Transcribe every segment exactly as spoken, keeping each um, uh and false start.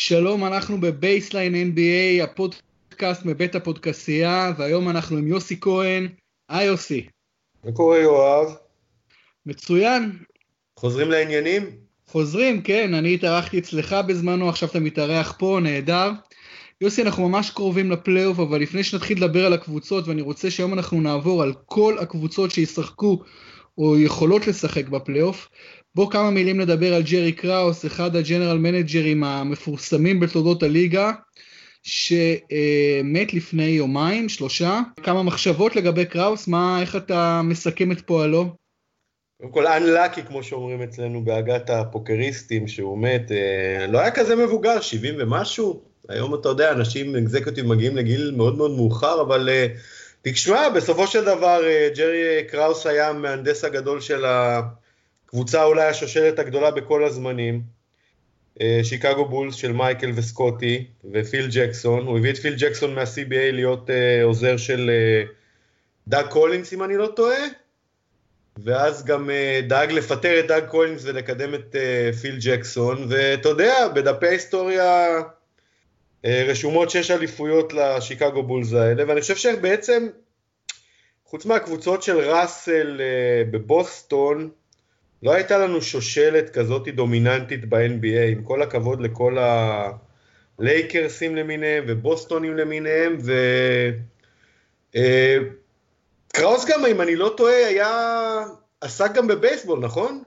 שלום, אנחנו בבייסליין אן בי איי, הפודקאסט מבית הפודקאסייה, והיום אנחנו עם יוסי כהן. היי יוסי. מה קורה יואב? מצוין. חוזרים לעניינים? חוזרים, כן, אני התארחתי אצלך בזמנו, עכשיו אתה מתארח פה, נהדר. יוסי, אנחנו ממש קרובים לפלייאוף, אבל לפני שנתחיל לדבר על הקבוצות, ואני רוצה שהיום אנחנו נעבור על כל הקבוצות שישחקו או יכולות לשחק בפלייאוף. בוא כמה מילים לדבר על ג'רי קראוס, אחד הג'נרל מנג'רים המפורסמים בתולדות הליגה, שמת לפני יומיים, שלושה. כמה מחשבות לגבי קראוס, מה, איך אתה מסכם את פועלו? קודם כל unlucky כמו שאומרים אצלנו בהגת הפוקריסטים שהוא מת, אה, לא היה כזה מבוגר, שבעים ומשהו. היום אתה יודע, אנשים אקזקוטיב מגיעים לגיל מאוד מאוד מאוחר, אבל אה, תשמע, בסופו של דבר אה, ג'רי קראוס היה המהנדס הגדול של הקבוצה, אולי השושלת הגדולה בכל הזמנים, אה, שיקגו בולס של מייקל וסקוטי ופיל ג'קסון. הוא הביא את פיל ג'קסון מה-סי בי איי להיות אה, עוזר של אה, דאג קולינס אם אני לא טועה, ואז גם uh, דאג לפטר את דאג קולינס ולקדם את uh, פיל ג'קסון, ואתה יודע, בדפי ההיסטוריה uh, רשומות שש אליפויות לשיקגו בולס האלה, ואני חושב שבעצם, חוץ מהקבוצות של ראסל uh, בבוסטון, לא הייתה לנו שושלת כזאת דומיננטית ב-אן בי איי, עם כל הכבוד לכל הלייקרסים למיניהם ובוסטונים למיניהם, ו... Uh, קראוס גם, אם אני לא טועה, היה... עסק גם בבייסבול, נכון?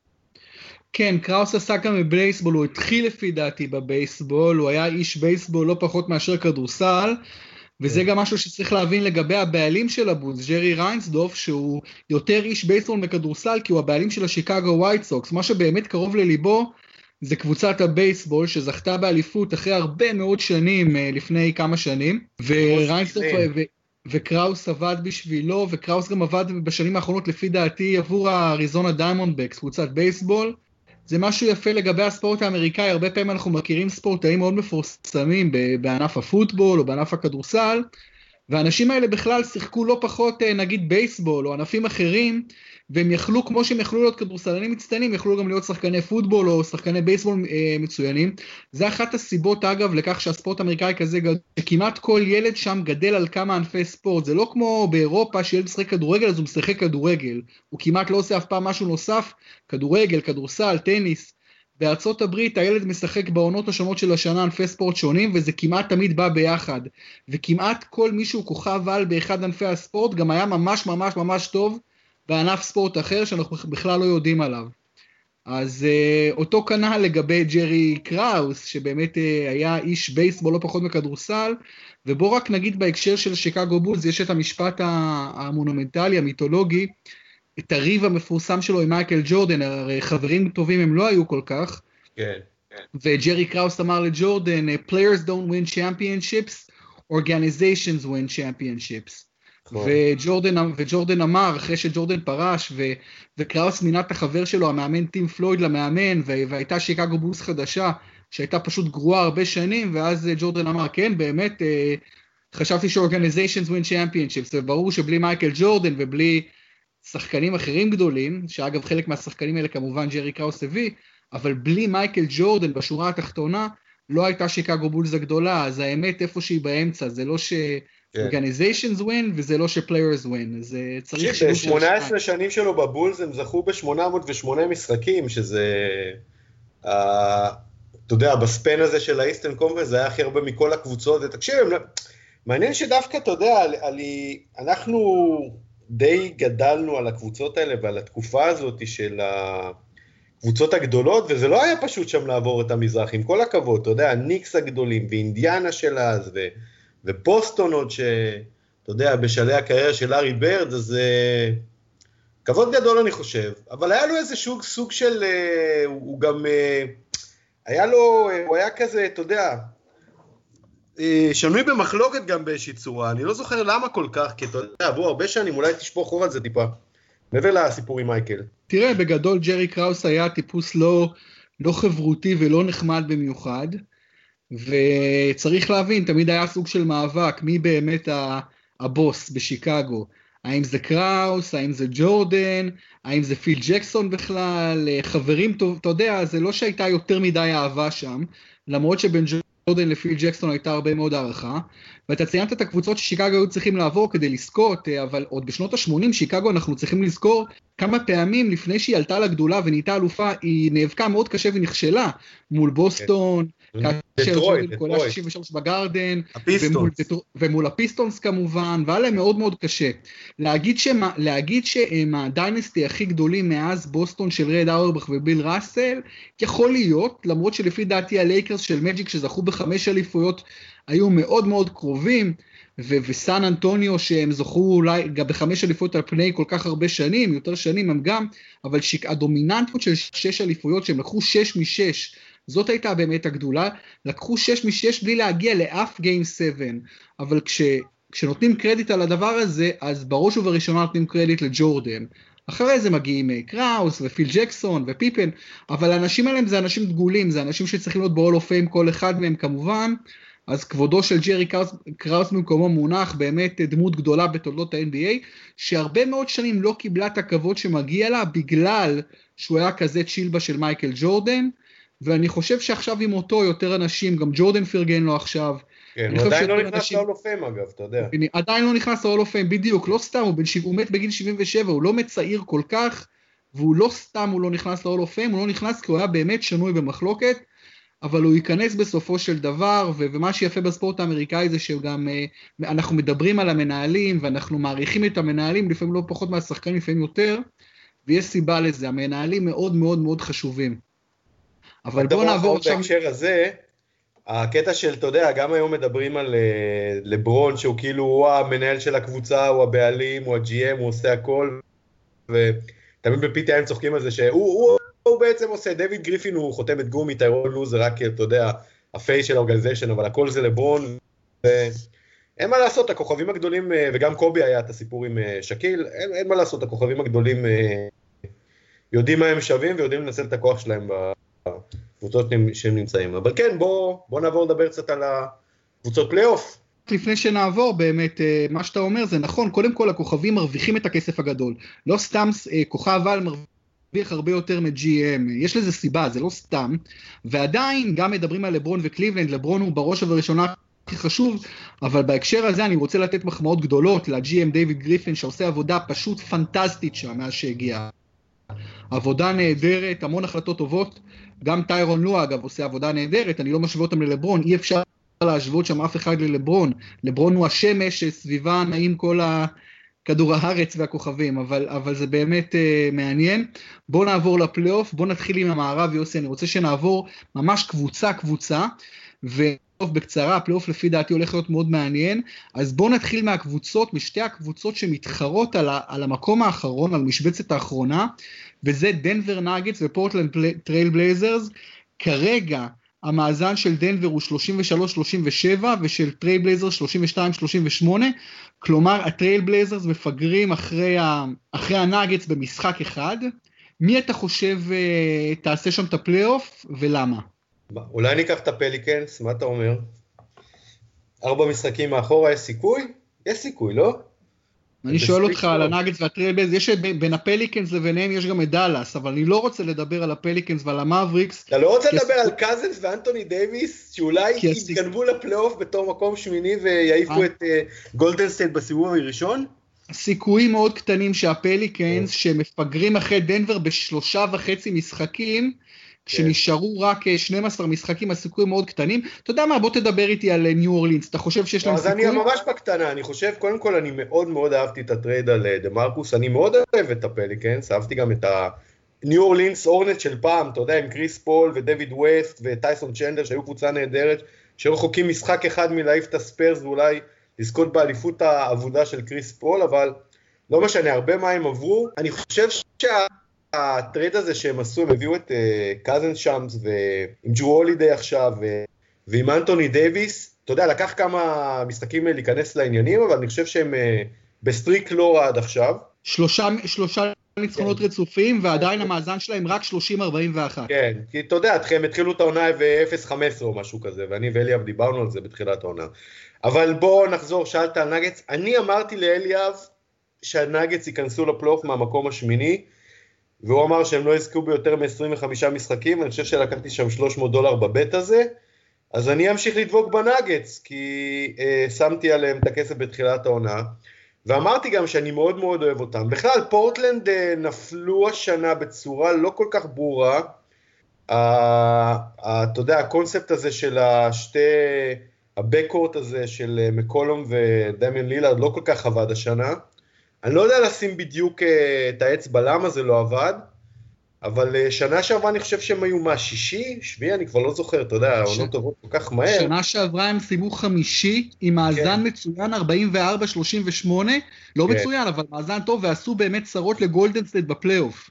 כן, קראוס עסק גם בבייסבול, הוא התחיל לפי דעתי בבייסבול, הוא היה איש בייסבול לא פחות מאשר כדורסל, וזה גם משהו שצריך להבין לגבי הבעלים של הבולס, ג'רי ריינסדורף, שהוא יותר איש בייסבול מכדורסל, כי הוא הבעלים של השיקגו ווייט סוקס. מה שבאמת קרוב לליבו, זה קבוצת הבייסבול, שזכתה באליפות אחרי הרבה מאוד שנים, לפני כמה שנים, וריינסדורף... וקראוס עבד בשבילו, וקראוס גם עבד בשנים האחרונות לפי דעתי עבור האריזונה דיימונדבקס, קבוצת בייסבול. זה משהו יפה לגבי הספורט האמריקאי, הרבה פעמים אנחנו מכירים ספורטאים מאוד מפורסמים בענף הפוטבול או בענף הכדורסל, והאנשים האלה בכלל שיחקו לא פחות נגיד בייסבול או ענפים אחרים, והם יכלו, כמו שהם יכלו להיות כדורסלנים מצטיינים, יכלו גם להיות שחקני פוטבול או שחקני בייסבול אה, מצוינים. זה אחת הסיבות אגב לכך שהספורט האמריקאי כזה גדול, שכמעט כל ילד שם גדל על כמה ענפי ספורט. זה לא כמו באירופה שילד משחק כדורגל אז הוא משחק כדורגל, הוא כמעט לא עושה אף פעם משהו נוסף, כדורגל, כדורסל, טניס. בארצות הברית הילד משחק בעונות השונות של השנה ענפי ספורט שונים, וזה כמעט תמיד בא ביחד, וכמעט כל מישהו כוכב על באחד ענפי הספורט גם היה ממש ממש ממש טוב בענף ספורט אחר שאנחנו בכלל לא יודעים עליו. אז uh, אותו כנ"ל לגבי ג'רי קראוס, שבאמת uh, היה איש בייסבול לא פחות מכדורסל, ובוא רק נגיד בהקשר של שיקגו בולס, יש את המשפט המונומנטלי, המיתולוגי, את הריב המפורסם שלו עם מייקל ג'ורדן, הרי חברים טובים הם לא היו כל כך, כן, כן. וג'רי קראוס אמר לג'ורדן, players don't win championships, organizations win championships. וג'ורדן, וג'ורדן אמר, אחרי שג'ורדן פרש, ו, וקראוס מינה את החבר שלו, המאמן טים פלויד למאמן, והייתה שיקגו בולס חדשה, שהייתה פשוט גרועה הרבה שנים, ואז ג'ורדן אמר, כן, באמת, חשבתי ש-organizations win championships, וברור שבלי מייקל ג'ורדן, ובלי שחקנים אחרים גדולים, שאגב חלק מהשחקנים האלה כמובן ג'רי קראוס הביא, אבל בלי מייקל ג'ורדן בשורה התחתונה, לא הייתה שיקגו בולס הגדולה, אז האמת איפה שהיא באמצע, זה לא ש... organizations win, וזה לא ש-players win, זה צריך שילוב של... שמונה עשרה שנים שלו בבולס, הם זכו ב-שמונה מאות ושמונה משחקים, שזה, uh, אתה יודע, בספן הזה של האיסטרן קונפרנס, זה היה הכי הרבה מכל הקבוצות, ותקשיב, מעניין שדווקא, אתה יודע, על, על, אנחנו די גדלנו על הקבוצות האלה, ועל התקופה הזאת של הקבוצות הגדולות, וזה לא היה פשוט שם לעבור את המזרח, עם כל הכבוד, אתה יודע, הניקס הגדולים, ואינדיאנה של אז, ו... ובוסטון עוד ש... אתה יודע, בשלהי הקריירה של לארי ברד, אז uh, כבוד גדול אני חושב, אבל היה לו איזה סוג, סוג של, uh, הוא גם, uh, היה לו, uh, הוא היה כזה, אתה יודע, uh, שנוי במחלוקת גם באיזושהי צורה, אני לא זוכר למה כל כך, כי אתה יודע, עבור הרבה שנים, אולי תשפוך חור על זה טיפה, מעבר לסיפור עם מייקל. תראה, בגדול ג'רי קראוס היה טיפוס לא, לא חברותי ולא נחמד במיוחד, וצריך להבין, תמיד היה סוג של מאבק, מי באמת הבוס בשיקגו, האם זה קראוס, האם זה ג'ורדן, האם זה פיל ג'קסון בכלל, חברים טוב, אתה יודע, זה לא שהייתה יותר מדי אהבה שם, למרות שבין ג'ורדן לפיל ג'קסון הייתה הרבה מאוד הערכה, ואתה ציינת את הקבוצות ששיקגו היו צריכים לעבור כדי לזכות, אבל עוד בשנות ה-שמונים שיקגו אנחנו צריכים לזכור כמה פעמים לפני שהיא עלתה לגדולה ונהייתה אלופה, היא נאבקה מאוד קשה ונכשלה, מול בוסטון, כאשר ג'ורדן קולה שישים ושלוש בגרדן, ומול הפיסטונס כמובן, והיה להם מאוד מאוד קשה. להגיד שמה, להגיד שהם הדיינסטי הכי גדולים מאז בוסטון של רד אורבך וביל ראסל, יכול להיות, למרות שלפי דעתי הלייקרס של מג'יק שזכו בחמש אליפויות, היו מאוד מאוד קרובים, ו- וסן אנטוניו שהם זכו אולי גם בחמש אליפויות על פני כל כך הרבה שנים, יותר שנים הם גם, אבל שיק, הדומיננטיות של שש אליפויות שהם לקחו שש משש, זאת הייתה באמת הגדולה, לקחו שש משש בלי להגיע לאף גיים שבע, אבל כש, כשנותנים קרדיט על הדבר הזה, אז בראש ובראשונה נותנים קרדיט לג'ורדן, אחרי זה מגיעים קראוס ופיל ג'קסון ופיפן, אבל האנשים האלה זה אנשים דגולים, זה אנשים שצריכים להיות ב-Hall of Fame כל אחד מהם כמובן, אז כבודו של ג'רי קראוס, קראוס במקומו מונח, באמת דמות גדולה בתולדות ה-אן בי איי, שהרבה מאוד שנים לא קיבלה את הכבוד שמגיע לה, בגלל שהוא היה כזה צ'ילבה של מייקל ג'ורדן, ואני חושב שעכשיו עם אותו יותר אנשים, גם ג'ורדן פרגן לו עכשיו. כן, הוא עדיין לא נכנס ל-Hall of Fame אגב, אתה יודע. עדיין לא נכנס ל-Hall of Fame, בדיוק, לא סתם, הוא, בין, הוא מת בגיל שבעים ושבע, הוא לא מצעיר כל כך, והוא לא סתם, הוא לא נכנס ל-Hall of Fame, הוא לא נכנס כי הוא היה באמת שנוי במחלוקת, אבל הוא ייכנס בסופו של דבר, ו- ומה שיפה בספורט האמריקאי זה שגם uh, אנחנו מדברים על המנהלים, ואנחנו מעריכים את המנהלים, לפעמים לא פחות מהשחקנים, לפעמים יותר, ויש סיבה לזה, המנהלים מאוד מאוד מאוד חשובים. אבל בואו נעבור עכשיו... בהקשר הזה, הקטע של, אתה יודע, גם היום מדברים על uh, לברון, שהוא כאילו הוא המנהל של הקבוצה, הוא הבעלים, הוא הג'י אם, הוא עושה הכל, ותמיד בפיטי הם צוחקים על זה שהוא... הוא... הוא בעצם עושה, דויד גריפין הוא חותם את גומי, טיירון לוז זה רק, אתה יודע, הפייס של האורגניזיישן, אבל הכל זה לברון, ואין מה לעשות, הכוכבים הגדולים, וגם קובי היה את הסיפור עם שקיל, אין, אין מה לעשות, הכוכבים הגדולים יודעים מה הם שווים, ויודעים לנצל את הכוח שלהם בקבוצות שהם נמצאים, אבל כן, בוא, בוא נעבור לדבר קצת על הקבוצות פלייאוף. לפני שנעבור, באמת, מה שאתה אומר זה נכון, קודם כל הכוכבים מרוויחים את הכסף הגדול, לא סתם כוכב על מרוויח, מרוויח הרבה יותר מ-ג'י אם, יש לזה סיבה, זה לא סתם, ועדיין גם מדברים על לברון וקליבלנד, לברון הוא בראש ובראשונה הכי חשוב, אבל בהקשר הזה אני רוצה לתת מחמאות גדולות לג'י אם דיוויד גריפין, שעושה עבודה פשוט פנטסטית שם מאז שהגיע, עבודה נהדרת, המון החלטות טובות, גם טיירון לו אגב עושה עבודה נהדרת, אני לא משווה אותם ללברון, אי אפשר להשוות שם אף אחד ללברון, לברון הוא השמש שסביבה נעים כל ה... כדור הארץ והכוכבים, אבל, אבל זה באמת uh, מעניין. בואו נעבור לפלייאוף, בואו נתחיל עם המערב, יוסי, אני רוצה שנעבור ממש קבוצה קבוצה, ופלייאוף בקצרה, הפלייאוף לפי דעתי הולך להיות מאוד מעניין, אז בואו נתחיל מהקבוצות, משתי הקבוצות שמתחרות על, ה, על המקום האחרון, על משבצת האחרונה, וזה דנבר נאגטס ופורטלנד טרייל בלייזרס, כרגע, המאזן של דנבר הוא שלושים ושלוש שלושים ושבע, ושל טרייל בלייזרס שלושים ושתיים שלושים ושמונה, כלומר, הטרייל בלייזרס מפגרים אחרי, ה... אחרי הנאגטס במשחק אחד. מי אתה חושב תעשה שם את הפלייאוף, ולמה? אולי ניקח את הפליקנס, מה אתה אומר? ארבע משחקים מאחורה, יש סיכוי? יש סיכוי, לא? אני שואל אותך על הנאגטס והטרייל בלייזרס, יש בין הפליקנס לביניהם יש גם את דאלאס, אבל אני לא רוצה לדבר על הפליקנס ועל המאבריקס. אתה לא רוצה לדבר על קזנס ואנטוני דייביס, שאולי יתגנבו לפלייאוף בתור מקום שמיני ויעיפו את גולדן סטייט בסיבוב הראשון? סיכויים מאוד קטנים שהפליקנס שמפגרים אחרי דנבר בשלושה וחצי משחקים, כשנשארו רק שנים עשר משחקים, הסיכויים מאוד קטנים. אתה יודע מה, בוא תדבר איתי על ניו אורלינס, אתה חושב שיש להם סיכוי? אז אני ממש בקטנה, אני חושב, קודם כל אני מאוד מאוד אהבתי את הטרייד על דה מרקוס, אני מאוד אוהב את הפליקנס, אהבתי גם את הניו אורלינס אורנט של פעם, אתה יודע, עם קריס פול ודויד ווסט וטייסון צ'נדר, שהיו קבוצה נהדרת, שרחוקים משחק אחד מלהעיף את הספרס, ואולי לזכות באליפות העבודה של קריס פול, אבל לא משנה, הרבה מה הם עברו. אני חושב שה... הטרייד הזה שהם עשו, הם הביאו את קזנס שמס, ועם ג'רו הולידיי עכשיו, ועם אנטוני דייביס, אתה יודע, לקח כמה משחקים להיכנס לעניינים, אבל אני חושב שהם בסטריק לא רע עד עכשיו. שלושה, שלושה ניצחונות רצופים, ועדיין המאזן שלהם רק שלושים ארבעים ואחת. כן, כי אתה יודע, הם התחילו את העונה ב-אפס חמש עשרה או משהו כזה, ואני ואליאב דיברנו על זה בתחילת העונה. אבל בואו נחזור, שאלת על נגץ, אני אמרתי לאליאב שהנגץ ייכנסו לפלייאוף מהמקום השמיני, והוא אמר שהם לא יזכו ביותר מ-עשרים וחמישה משחקים, אני חושב שלקחתי שם שלוש מאות דולר בבית הזה, אז אני אמשיך לדבוק בנגטס, כי אה, שמתי עליהם את הכסף בתחילת העונה, ואמרתי גם שאני מאוד מאוד אוהב אותם. בכלל, פורטלנד אה, נפלו השנה בצורה לא כל כך ברורה, אה, אה, אתה יודע, הקונספט הזה של השתי, הבקורט הזה של מקולום ודמיין לילארד לא כל כך עבד השנה, אני לא יודע לשים בדיוק אה, את האצבע למה זה לא עבד, אבל שנה שעברה אני חושב שהם היו מה, שישי? שביעי? אני כבר לא זוכר, אתה יודע, העונות עוברות כל כך מהר. שנה שעברה הם סיימו חמישי, עם מאזן מצוין ארבעים וארבע שלושים ושמונה, לא מצוין, אבל מאזן טוב, ועשו באמת צרות לגולדן סטייט בפלייאוף.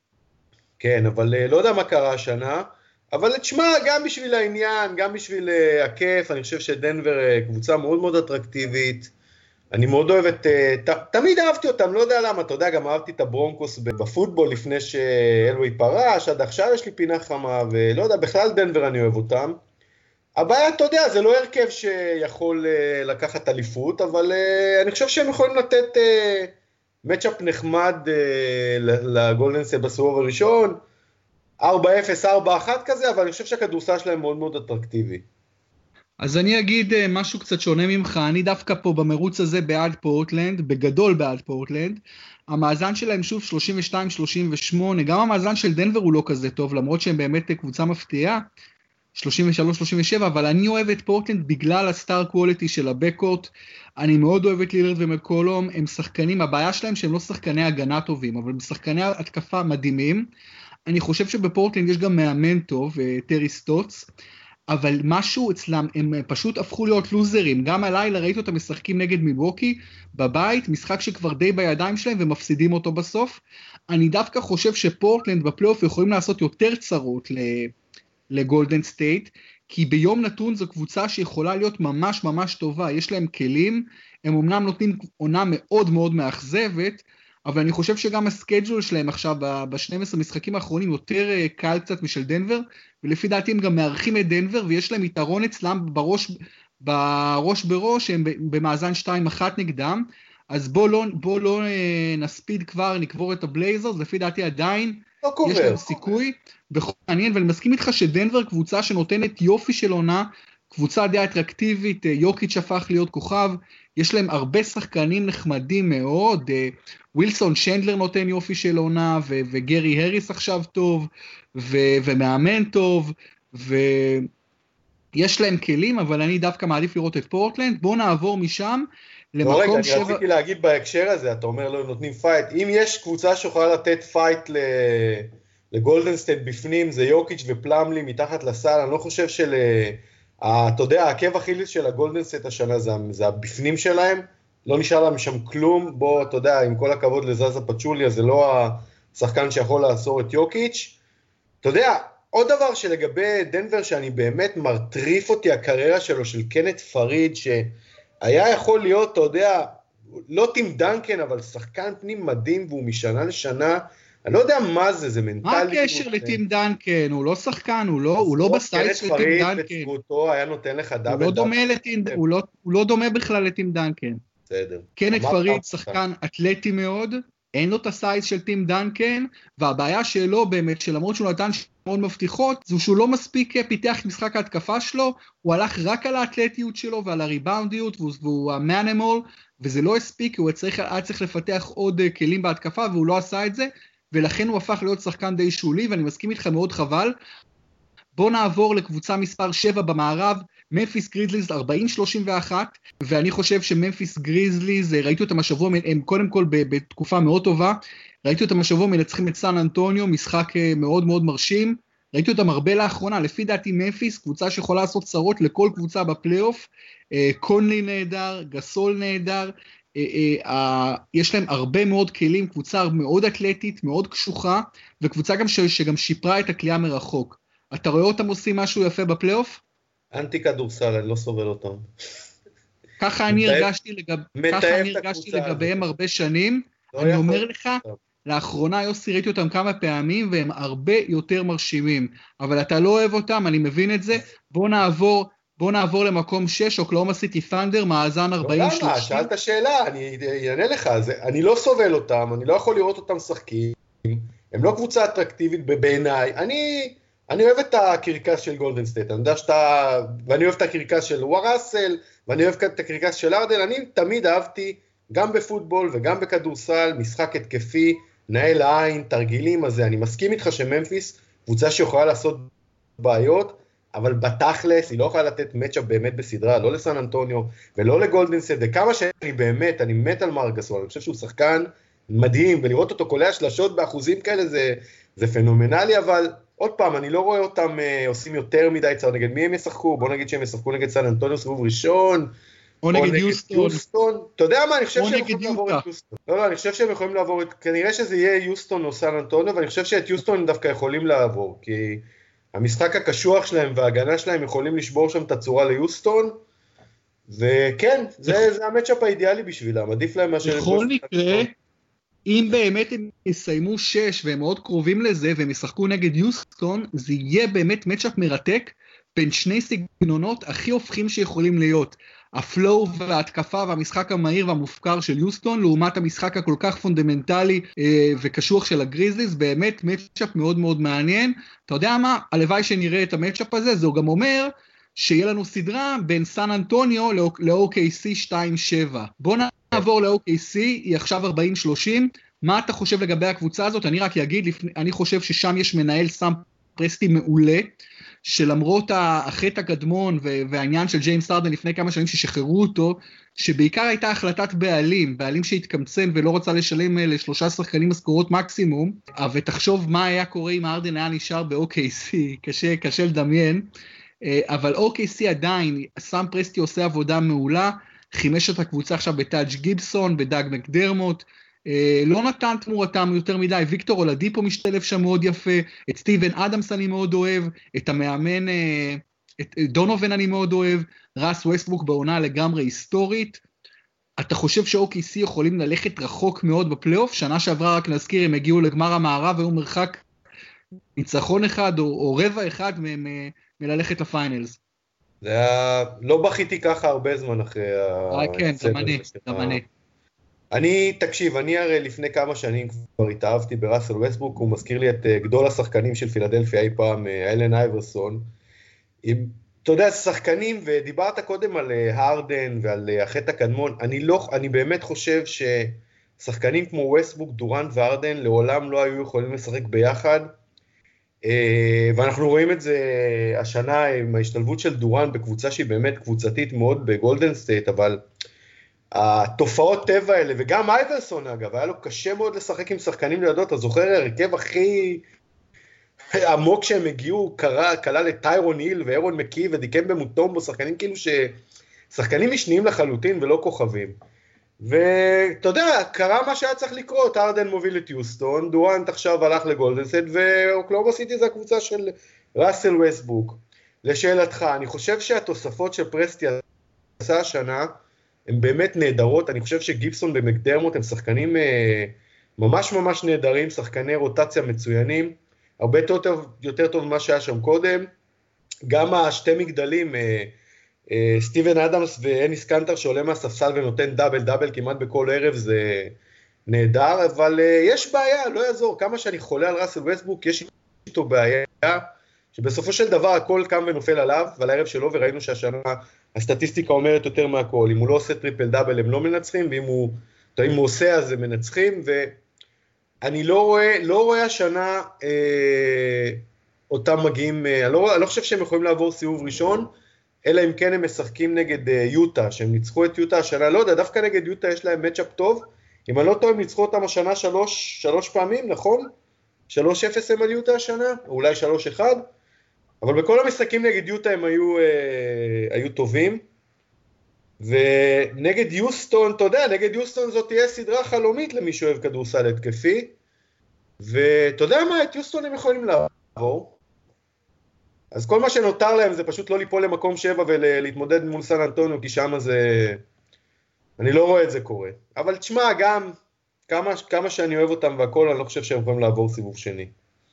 כן, אבל לא יודע מה קרה השנה, אבל תשמע, גם בשביל העניין, גם בשביל הכיף, אני חושב שדנבר קבוצה מאוד מאוד אטרקטיבית, אני מאוד אוהב את, ת, תמיד אהבתי אותם, לא יודע למה, אתה יודע, גם אהבתי את הברונקוס בפוטבול לפני שאלווי פרש, עד עכשיו יש לי פינה חמה, ולא יודע, בכלל דנבר אני אוהב אותם. הבעיה, אתה יודע, זה לא הרכב שיכול לקחת אליפות, אבל אני חושב שהם יכולים לתת מצ'אפ נחמד לגולדן סטייט בסיבוב הראשון, ארבע אפס, ארבע אחת כזה, אבל אני חושב שהכדורסל שלהם מאוד מאוד אטרקטיבי. אז אני אגיד משהו קצת שונה ממך, אני דווקא פה במרוץ הזה בעד פורטלנד, בגדול בעד פורטלנד, המאזן שלהם שוב שלושים ושתיים שלושים ושמונה, גם המאזן של דנבר הוא לא כזה טוב, למרות שהם באמת קבוצה מפתיעה, שלושים ושלוש שלושים ושבע, אבל אני אוהב את פורטלנד בגלל הסטאר קואליטי של הבקורט, אני מאוד אוהב את לילרד ומקולום, הם שחקנים, הבעיה שלהם שהם לא שחקני הגנה טובים, אבל הם שחקני התקפה מדהימים, אני חושב שבפורטלנד יש גם מאמן טוב, טרי סטוץ, אבל משהו אצלם, הם פשוט הפכו להיות לוזרים, גם הלילה ראיתי אותם משחקים נגד מילווקי בבית, משחק שכבר די בידיים שלהם ומפסידים אותו בסוף, אני דווקא חושב שפורטלנד בפלייאוף יכולים לעשות יותר צרות לגולדן סטייט, כי ביום נתון זו קבוצה שיכולה להיות ממש ממש טובה, יש להם כלים, הם אמנם נותנים עונה מאוד מאוד מאכזבת, אבל אני חושב שגם הסקייג'ול שלהם עכשיו, ב-שנים עשר משחקים האחרונים, יותר קל קצת משל דנבר, ולפי דעתי הם גם מארחים את דנבר, ויש להם יתרון אצלם בראש, בראש בראש, הם במאזן שתיים אחת נגדם, אז בוא לא, בוא לא נספיד כבר, נקבור את הבלייזרס, לפי דעתי עדיין, לא קובר, יש להם סיכוי, בכל מעניין, ואני מסכים איתך שדנבר קבוצה שנותנת יופי של עונה, קבוצה די אטרקטיבית, יוקיץ' הפך להיות כוכב, יש להם הרבה שחקנים נחמדים מאוד, ווילסון שנדלר נותן יופי של עונה, ו- וגרי הריס עכשיו טוב, ו- ומאמן טוב, ויש להם כלים, אבל אני דווקא מעדיף לראות את פורטלנד, בואו נעבור משם למקום לא, רגע, שבע... אני רציתי להגיד בהקשר הזה, אתה אומר לא נותנים פייט, אם יש קבוצה שיכולה לתת פייט ל... לגולדן סטייט בפנים, זה יוקיץ' ופלמלי מתחת לסל, אני לא חושב של... אתה יודע, העקב אכילס של הגולדן סטייט השנה זה, זה הבפנים שלהם, לא נשאר להם שם כלום, בוא, אתה יודע, עם כל הכבוד לזאזה פצ'וליה, זה לא השחקן שיכול לעצור את יוקיץ'. אתה יודע, עוד דבר שלגבי דנבר, שאני באמת מרטריף אותי הקריירה שלו, של קנט פריד, שהיה יכול להיות, אתה יודע, לא טים דנקן, אבל שחקן פנים מדהים, והוא משנה לשנה, אני לא יודע מה זה, זה מנטלי. מה הקשר לטים דנקן? הוא לא שחקן, הוא לא, הוא לא בסטייל של טים דנקן. בצבותו היה נותן לך דאבל הוא לא דומה לטים, הוא לא, הוא לא דומה בכלל לטים דנקן. בסדר. קנט פריד שחקן אתלטי מאוד, אין לו את הסייז של טים דנקן, והבעיה שלו באמת, שלמרות שהוא נתן מאוד מבטיחות, זה שהוא לא מספיק פיתח את משחק ההתקפה שלו, הוא הלך רק על האתלטיות שלו ועל הריבאונדיות, והוא המאנימול, וזה לא הספיק, הוא צריך, היה צריך לפתח עוד כלים בהתקפה, והוא לא עשה את זה, ולכן הוא הפך להיות שחקן די שולי, ואני מסכים איתך מאוד חבל. בוא נעבור לקבוצה מספר שבע במערב, ממפיס גריזליז ארבעים שלושים ואחת, ואני חושב שממפיס גריזליז, ראיתי אותם השבוע, הם קודם כל בתקופה מאוד טובה, ראיתי אותם השבוע מנצחים את סן אנטוניו, משחק מאוד מאוד מרשים, ראיתי אותם הרבה לאחרונה, לפי דעתי ממפיס, קבוצה שיכולה לעשות צרות לכל קבוצה בפלייאוף, קונלי נהדר, גסול נהדר, יש להם הרבה מאוד כלים, קבוצה מאוד אתלטית, מאוד קשוחה, וקבוצה גם שגם שיפרה את הקליעה מרחוק. אתה רואה אותם עושים משהו יפה בפלייאוף? אנטי כדורסל, אני לא סובל אותם. ככה אני הרגשתי, לגב... ככה אני הרגשתי לגביהם הרבה שנים, לא אני אומר לך, טוב. לאחרונה יוסי ראיתי אותם כמה פעמים, והם הרבה יותר מרשימים, אבל אתה לא אוהב אותם, אני מבין את זה, בוא נעבור, בוא נעבור למקום שש, אוקלאומה סיטי ת'נדר, מאזן ארבעים שלושים. לא למה, שאלת שאלה, אני אענה לך, זה, אני לא סובל אותם, אני לא יכול לראות אותם שחקים, הם לא קבוצה אטרקטיבית בעיניי, אני אני אוהב את הקרקס של גולדן סטייט, אני יודע שאתה, ואני אוהב את הקרקס של ווארסל, ואני אוהב את הקרקס של ארדן, אני תמיד אהבתי, גם בפוטבול וגם בכדורסל, משחק התקפי, נהל העין, תרגילים הזה, אני מסכים איתך שממפיס, קבוצה שיכולה לעשות בעיות, אבל בתכלס היא לא יכולה לתת מצ'אפ באמת בסדרה, לא לסן אנטוניו ולא לגולדן סטייט, וכמה שאני באמת, אני מת על מרק גסול, אני חושב שהוא שחקן מדהים, ולראות אותו קולע שלשות באחוזים כאלה זה, זה פנומנלי, אבל עוד פעם, אני לא רואה אותם אה, עושים יותר מדי צער, נגד מי הם ישחקו? בוא נגיד שהם ישחקו נגד סן אנטוניו סיבוב ראשון, או נגד יוסטון. יוסטון. אתה יודע מה, אני חושב או שהם נגד יכולים לעבור יוטה. את יוסטון. לא, לא, אני חושב שהם יכולים לעבור את, כנראה שזה יהיה יוסטון או סן אנטוניו, ואני חושב שאת יוסטון הם דווקא יכולים לעבור, כי המשחק הקשוח שלהם וההגנה שלהם יכולים לשבור שם את הצורה ליוסטון, וכן, זה, זה המצ'אפ האידיאלי בשבילם, עדיף להם מאשר... בכל מקרה, אם באמת הם יסיימו שש והם מאוד קרובים לזה והם ישחקו נגד יוסטון, זה יהיה באמת מצ'אפ מרתק בין שני סגנונות הכי הופכים שיכולים להיות. הפלואו וההתקפה והמשחק המהיר והמופקר של יוסטון, לעומת המשחק הכל כך פונדמנטלי אה, וקשוח של הגריזליז, באמת מצ'אפ מאוד מאוד מעניין. אתה יודע מה? הלוואי שנראה את המצ'אפ הזה, זה גם אומר שיהיה לנו סדרה בין סן אנטוניו ל-או קיי סי שתיים שבע. בוא נעבור ל-או קיי סי, היא עכשיו ארבעים שלושים, מה אתה חושב לגבי הקבוצה הזאת? אני רק אגיד, אני חושב ששם יש מנהל סם פרסטי מעולה, שלמרות החטא הקדמון והעניין של ג'יימס ארדן לפני כמה שנים ששחררו אותו, שבעיקר הייתה החלטת בעלים, בעלים שהתקמצן ולא רוצה לשלם לשלושה שחקנים משכורות מקסימום, ותחשוב מה היה קורה אם ארדן היה נשאר ב-או קיי סי, קשה, קשה לדמיין, אבל או קיי סי עדיין, סם פרסטי עושה עבודה מעולה, חימש את הקבוצה עכשיו בטאג' גיבסון, בדאג מקדרמוט, לא נתן תמורתם יותר מדי, ויקטור אולדיפו משתלב שם מאוד יפה, את סטיבן אדמס אני מאוד אוהב, את המאמן, את דונובן אני מאוד אוהב, רס ווסטברוק בעונה לגמרי היסטורית. אתה חושב ש-או קיי סי יכולים ללכת רחוק מאוד בפלייאוף? שנה שעברה רק נזכיר, הם הגיעו לגמר המערב, והיו מרחק ניצחון אחד או, או רבע אחד מהם מללכת לפיינלס. זה היה, לא בכיתי ככה הרבה זמן אחרי אה, כן, גם אני, גם אני. אני, תקשיב, אני הרי לפני כמה שנים כבר התאהבתי בראסל ווסטברוק, הוא מזכיר לי את גדול השחקנים של פילדלפיה אי פעם, אלן אייברסון. אתה יודע, שחקנים, ודיברת קודם על הרדן ועל החטא הקדמון, אני, לא, אני באמת חושב ששחקנים כמו ווסטברוק, דורנט והרדן לעולם לא היו יכולים לשחק ביחד, ואנחנו רואים את זה השנה עם ההשתלבות של דורנט בקבוצה שהיא באמת קבוצתית מאוד בגולדן סטייט, אבל התופעות טבע האלה, וגם אייברסון אגב, היה לו קשה מאוד לשחק עם שחקנים לידו, אתה זוכר הרכב הכי עמוק שהם הגיעו, קרה, קלה לטיירון היל ואירון מקי ודיקם במוטומבו, שחקנים כאילו ששחקנים משניים לחלוטין ולא כוכבים. ואתה יודע, קרה מה שהיה צריך לקרות, ארדן מוביל את יוסטון, דורנט עכשיו הלך לגולדן סטייט, ואוקלהומה סיטי זה הקבוצה של ראסל ווסטברוק. לשאלתך, אני חושב שהתוספות שפרסטי עשה השנה, הן באמת נהדרות, אני חושב שגיבסון ומקדרמוט הם שחקנים אה, ממש ממש נהדרים, שחקני רוטציה מצוינים, הרבה יותר טוב, יותר טוב ממה שהיה שם קודם, גם השתי מגדלים, אה, אה, סטיבן אדמס ואניס קנטר שעולה מהספסל ונותן דאבל דאבל כמעט בכל ערב, זה נהדר, אבל אה, יש בעיה, לא יעזור, כמה שאני חולה על ראסל ווסטברוק, יש איתו בעיה, שבסופו של דבר הכל קם ונופל עליו, ועל הערב שלו, וראינו שהשנה הסטטיסטיקה אומרת יותר מהכל, אם הוא לא עושה טריפל דאבל הם לא מנצחים, ואם הוא, אם הוא עושה אז הם מנצחים, ואני לא רואה, לא רואה השנה אה, אותם מגיעים, אה, אני, לא, אני לא חושב שהם יכולים לעבור סיבוב ראשון, אלא אם כן הם משחקים נגד אה, יוטה, שהם ניצחו את יוטה השנה, לא יודע, דווקא נגד יוטה יש להם מצ'אפ טוב, אם אני לא טועה הם ניצחו אותם השנה שלוש, שלוש פעמים, נכון? שלוש אפס הם על יוטה השנה, או אולי שלוש אחד, אבל בכל המשחקים נגד יוטה הם היו, אה, היו טובים, ונגד יוסטון, אתה יודע, נגד יוסטון זאת תהיה סדרה חלומית למי שאוהב כדורסל התקפי, ואתה יודע מה, את יוסטון הם יכולים לעבור, אז כל מה שנותר להם זה פשוט לא ליפול למקום שבע ולהתמודד מול סן אנטוניו, כי שם זה, אני לא רואה את זה קורה, אבל תשמע, גם כמה, כמה שאני אוהב אותם והכל, אני לא חושב שהם יכולים לעבור סיבוב שני.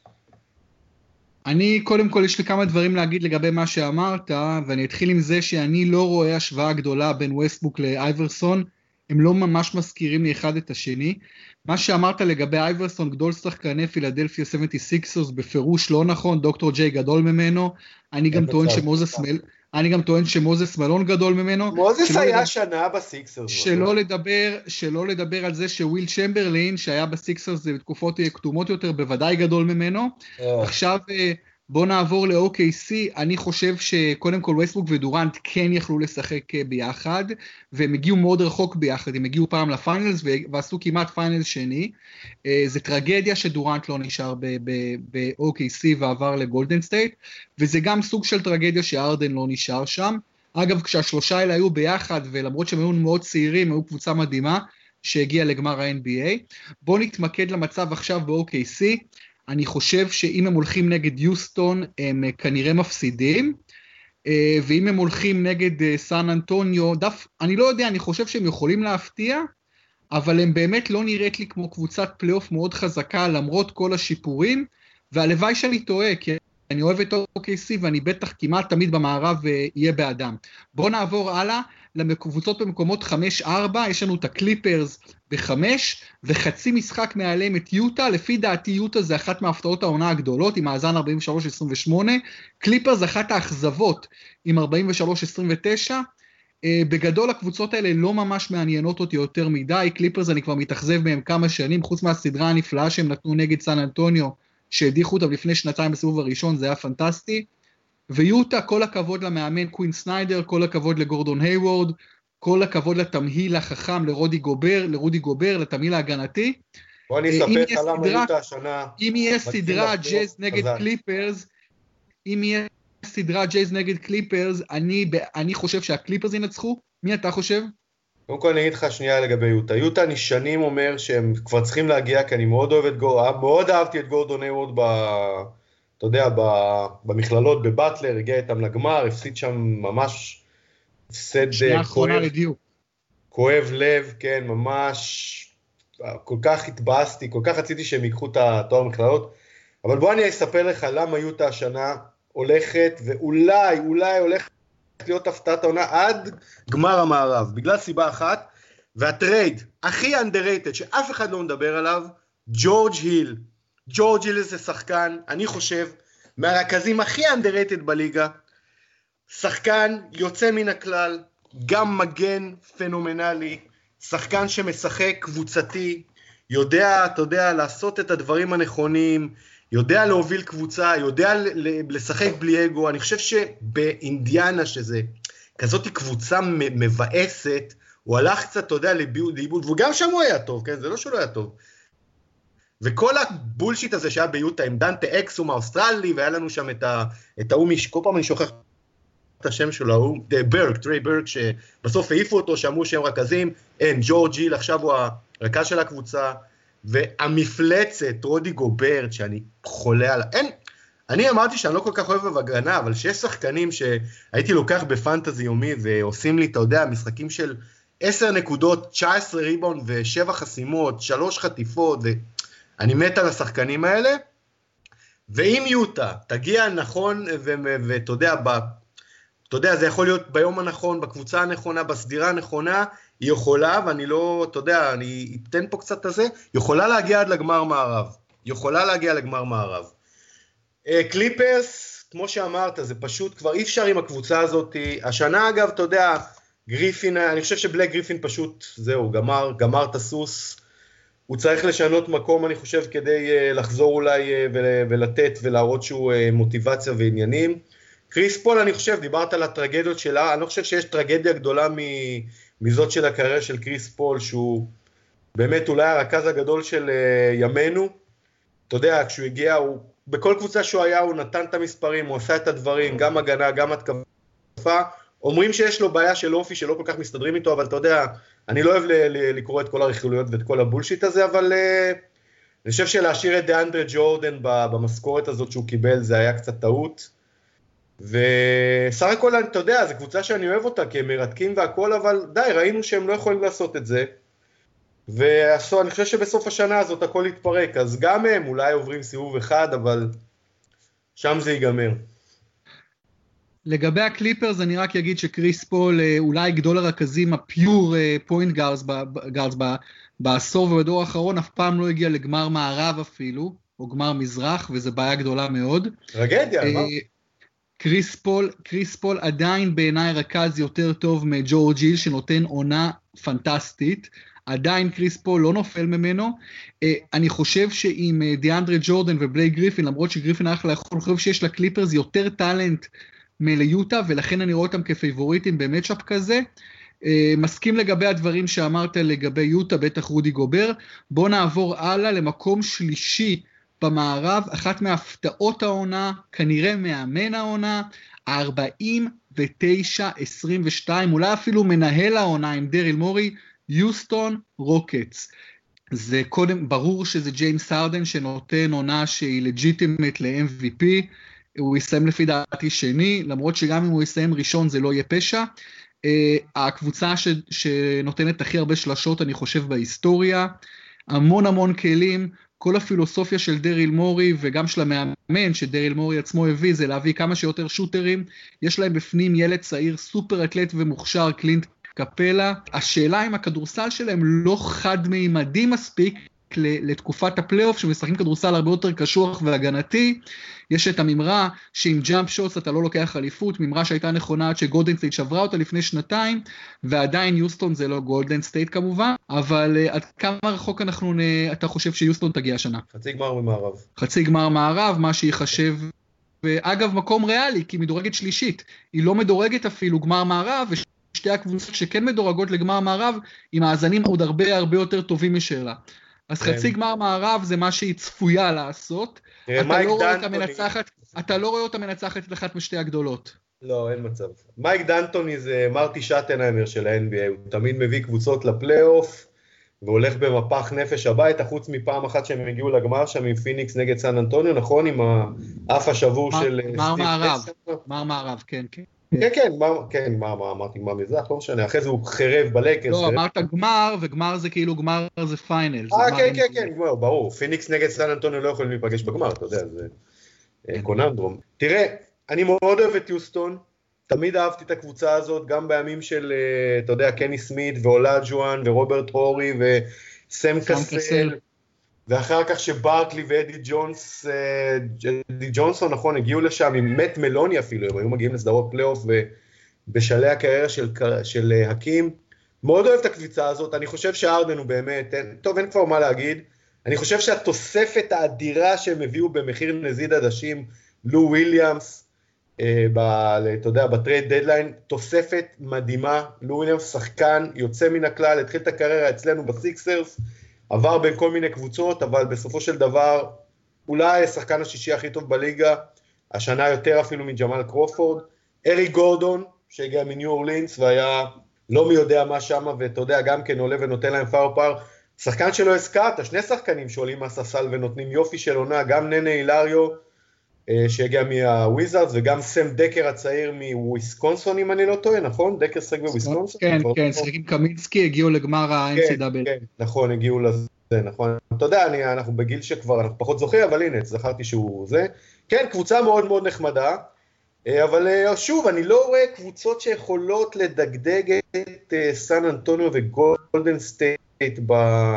אני, קודם כל, יש לי כמה דברים להגיד לגבי מה שאמרת, ואני אתחיל עם זה שאני לא רואה השוואה גדולה בין ווסטברוק לאייברסון, הם לא ממש מזכירים לי אחד את השני, מה שאמרת לגבי אייברסון, גדול שחקני פילדלפיה שבעים וסיקס בפירוש לא נכון, דוקטור ג'יי גדול ממנו, אני גם טוען שמוזס מל... אני גם טוען שמוזס מלון גדול ממנו. מוזס היה לדבר... שנה בסיקסרס. שלא לדבר, שלא לדבר על זה שוויל צ'מברלין, שהיה בסיקסרס בתקופות כתומות יותר, בוודאי גדול ממנו. עכשיו בוא נעבור ל-או קיי סי, אני חושב שקודם כל ווסטברוק ודורנט כן יכלו לשחק ביחד, והם הגיעו מאוד רחוק ביחד, הם הגיעו פעם לפיינלס ועשו כמעט פיינלס שני, זה טרגדיה שדורנט לא נשאר ב-או קיי סי ועבר לגולדן סטייט, וזה גם סוג של טרגדיה שארדן לא נשאר שם, אגב כשהשלושה האלה היו ביחד, ולמרות שהם היו מאוד צעירים, היו קבוצה מדהימה, שהגיעה לגמר ה-אן בי איי, בואו נתמקד למצב עכשיו ב-או קיי סי, אני חושב שאם הם הולכים נגד יוסטון, הם כנראה מפסידים, ואם הם הולכים נגד סן אנטוניו, דף, אני לא יודע, אני חושב שהם יכולים להפתיע, אבל הם באמת לא נראית לי כמו קבוצת פלייאוף מאוד חזקה, למרות כל השיפורים, והלוואי שאני טועה, כי אני אוהב את או קיי סי, ואני בטח כמעט תמיד במערב יהיה באדם. בואו נעבור הלאה, לקבוצות במקומות חמש ארבע, יש לנו את הקליפרס בחמש, וחצי משחק מעליהם את יוטה, לפי דעתי יוטה זה אחת מההפתעות העונה הגדולות, עם מאזן ארבעים ושלוש עשרים ושמונה, קליפרס אחת האכזבות עם ארבעים ושלוש עשרים ותשע, בגדול הקבוצות האלה לא ממש מעניינות אותי יותר מדי, קליפרס אני כבר מתאכזב מהם כמה שנים, חוץ מהסדרה הנפלאה שהם נתנו נגד סן אנטוניו, שהדיחו אותם לפני שנתיים בסיבוב הראשון, זה היה פנטסטי, ויוטה, כל הכבוד למאמן קווין סניידר, כל הכבוד לגורדון היוורד, כל הכבוד לתמהיל החכם לרודי גובר, לרודי גובר, לתמהיל ההגנתי. בוא אני אספר לך למה יוטה השנה. אם יהיה סדרה ג'אז נגד קליפרס, אם יהיה סדרה ג'אז נגד קליפרס, אני, אני חושב שהקליפרס ינצחו. מי אתה חושב? קודם כל אני אגיד לך שנייה לגבי יוטה. יוטה אני שנים אומר שהם כבר צריכים להגיע, כי אני מאוד אוהב את גורדון, מאוד אהבתי את גורדון היוורד ב... אתה יודע, במכללות בבטלר, הגיע איתם לגמר, הפסיד שם ממש הפסד כואב, כואב לב, כן, ממש, כל כך התבאסתי, כל כך רציתי שהם ייקחו את התואר מכללות, אבל בוא אני אספר לך למה יוטה השנה הולכת, ואולי, אולי הולכת להיות הפתעת העונה עד גמר המערב, בגלל סיבה אחת, והטרייד הכי underrated שאף אחד לא מדבר עליו, ג'ורג' היל, ג'ורג' היל זה שחקן, אני חושב, מהרכזים הכי underrated בליגה, שחקן יוצא מן הכלל, גם מגן פנומנלי, שחקן שמשחק קבוצתי, יודע, אתה יודע, לעשות את הדברים הנכונים, יודע להוביל קבוצה, יודע לשחק בלי אגו, אני חושב שבאינדיאנה שזה כזאת קבוצה מבאסת, הוא הלך קצת, אתה יודע, לאיבוד, וגם שם הוא היה טוב, כן? זה לא שהוא לא היה טוב. וכל הבולשיט הזה שהיה ביוטה עם דנטה אקסום האוסטרלי, והיה לנו שם את ההוא, כל פעם אני שוכח את השם שלו, הוא ברק, טרי ברק, שבסוף העיפו אותו, שאמרו שהם רכזים, אין, ג'ורג' היל, עכשיו הוא הרכז של הקבוצה, והמפלצת, רודי גוברט, שאני חולה עליו, אין, אני אמרתי שאני לא כל כך אוהב בהגנה, אבל שיש שחקנים שהייתי לוקח בפנטזי יומי, ועושים לי, אתה יודע, משחקים של עשר נקודות, תשע עשרה ריבאונד, ושבע חסימות, שלוש חטיפות, ואני מת על השחקנים האלה, ואם יוטה תגיע נכון, ואתה יודע, אתה יודע, זה יכול להיות ביום הנכון, בקבוצה הנכונה, בסדירה הנכונה, היא יכולה, ואני לא, אתה יודע, אני אתן פה קצת הזה, יכולה להגיע עד לגמר מערב, יכולה להגיע לגמר מערב. קליפרס, כמו שאמרת, זה פשוט, כבר אי אפשר עם הקבוצה הזאת, השנה אגב, אתה יודע, גריפין, אני חושב שבלק גריפין פשוט, זהו, גמר, גמר את הסוס, הוא צריך לשנות מקום, אני חושב, כדי לחזור אולי ולתת ולהראות שהוא מוטיבציה ועניינים. קריס פול, אני חושב, דיברת על הטרגדיות שלה, אני לא חושב שיש טרגדיה גדולה מזאת של הקריירה של קריס פול, שהוא באמת אולי הרכז הגדול של ימינו, אתה יודע, כשהוא הגיע, הוא, בכל קבוצה שהוא היה, הוא נתן את המספרים, הוא עשה את הדברים, גם הגנה, גם התקפה, אומרים שיש לו בעיה של אופי, שלא כל כך מסתדרים איתו, אבל אתה יודע, אני לא אוהב לקרוא את כל הרכילויות ואת כל הבולשיט הזה, אבל אני חושב שלהשאיר את דיאנדרה ג'ורדן במשכורת הזאת שהוא קיבל, זה היה קצת טעות, וסך הכל, אתה יודע, זו קבוצה שאני אוהב אותה, כי הם מרתקים והכל, אבל די, ראינו שהם לא יכולים לעשות את זה, ואני חושב שבסוף השנה הזאת הכל יתפרק, אז גם הם אולי עוברים סיבוב אחד, אבל שם זה ייגמר. לגבי הקליפרס, אני רק אגיד שקריס פול, אולי גדול הרכזים, הפיור פוינט גארדס בעשור ובדור האחרון אף פעם לא הגיע לגמר מערב אפילו, או גמר מזרח, וזו בעיה גדולה מאוד. טרגדיה, מה? קריס פול, קריס פול עדיין בעיניי רכז יותר טוב מג'ורג' היל, שנותן עונה פנטסטית, עדיין קריס פול לא נופל ממנו. אני חושב שעם דיאנדרה ג'ורדן ובלייק גריפין, למרות שגריפין היה יכול, אני חושב שיש לקליפרס יותר טלנט מליוטה, ולכן אני רואה אותם כפייבוריטים במצ'אפ כזה. מסכים לגבי הדברים שאמרת לגבי יוטה, בטח רודי גובר. בוא נעבור הלאה למקום שלישי במערב, אחת מהפתעות העונה, כנראה מאמן העונה, ארבעים ותשע עשרים ושתיים, אולי אפילו מנהל העונה עם דריל מורי, יוסטון רוקטס. זה קודם, ברור שזה ג'יימס הרדן שנותן עונה שהיא לג'יטימט ל-אם וי פי, הוא יסיים לפי דעתי שני, למרות שגם אם הוא יסיים ראשון זה לא יהיה פשע. Uh, הקבוצה ש, שנותנת הכי הרבה שלשות אני חושב בהיסטוריה, המון המון כלים, כל הפילוסופיה של דריל מורי וגם של המאמן שדריל מורי עצמו הביא זה להביא כמה שיותר שוטרים, יש להם בפנים ילד צעיר סופר אטלט ומוכשר קלינט קפלה, השאלה אם הכדורסל שלהם לא חד מימדי מספיק לתקופת הפלייאוף, שמשחקים כדורסל הרבה יותר קשוח והגנתי. יש את הממרה שעם ג'אמפ שוטס אתה לא לוקח חליפות, ממרה שהייתה נכונה עד שגולדן סטייט שברה אותה לפני שנתיים, ועדיין יוסטון זה לא גולדן סטייט כמובן, אבל uh, עד כמה רחוק אנחנו, אתה חושב שיוסטון תגיע השנה? חצי גמר במערב. חצי גמר מערב, מה שיחשב, ואגב מקום ריאלי, כי מדורגת שלישית, היא לא מדורגת אפילו גמר מערב, ושתי הקבוצות שכן מדורגות לגמר מערב, עם האזנים עוד הרבה הרבה יותר טובים משאלה. אז חצי גמר מערב זה מה שהיא צפויה לעשות, אתה לא רואה אותה מנצחת, אתה לא רואה אותה מנצחת את אחת משתי הגדולות. לא, אין מצב. מייק דנטוני זה מרטי שטנהיימר של ה-אן בי איי, הוא תמיד מביא קבוצות לפלייאוף, והולך במפח נפש הביתה, חוץ מפעם אחת שהם הגיעו לגמר שם עם פיניקס נגד סן אנטוניו, נכון? עם האף השבור של... מר מערב, מר מערב, כן, כן. כן, כן, כן, מה, מה, אמרתי גמר מזרח, לא משנה, אחרי זה הוא חרב בלקרס. לא, אמרת גמר, וגמר זה כאילו גמר זה פיינל. אה, כן, כן, כן, ברור, פיניקס נגד סן אנטוניו לא יכולים להיפגש בגמר, אתה יודע, זה קוננדרום. תראה, אני מאוד אוהב את יוסטון, תמיד אהבתי את הקבוצה הזאת, גם בימים של, אתה יודע, קני סמית ואולג'ואן ורוברט הורי וסם קסל, ואחר כך שברקלי ואדי ג'ונס, אדי ג'ונסון, נכון, הגיעו לשם עם מת מלוני אפילו, הם היו מגיעים לסדרות פלייאוף ובשלהי הקריירה של, של הקים. מאוד אוהב את הקבוצה הזאת, אני חושב שהארדן הוא באמת, טוב, אין כבר מה להגיד, אני חושב שהתוספת האדירה שהם הביאו במחיר נזיד עדשים, לו וויליאמס, ב, אתה יודע, בטרייד דדליין, תוספת מדהימה, לו וויליאמס שחקן יוצא מן הכלל, התחיל את הקריירה אצלנו בסיקסרס, עבר בין כל מיני קבוצות, אבל בסופו של דבר, אולי השחקן השישי הכי טוב בליגה, השנה יותר אפילו מג'מאל קרופורד, ארי גורדון, שהגיע מניו אורלינס, והיה לא מי יודע מה שם, ואתה יודע, גם כן עולה ונותן להם פאור פאר, שחקן שלא הזכרת, שני שחקנים שעולים מהספסל ונותנים יופי של עונה, גם ננה אילריו, שהגיע מהוויזארדס, וגם סם דקר הצעיר מוויסקונסון, אם אני לא טועה, נכון? דקר שחק בוויסקונסון? כן, כן, שחקים קמינסקי, הגיעו לגמר ה-אם סי דאבל. כן, נכון, הגיעו לזה, נכון. אתה יודע, אנחנו בגיל שכבר, אנחנו פחות זוכר, אבל הנה, זכרתי שהוא זה. כן, קבוצה מאוד מאוד נחמדה, אבל שוב, אני לא רואה קבוצות שיכולות לדגדג את סן אנטוניו וגולדן סטייט ב...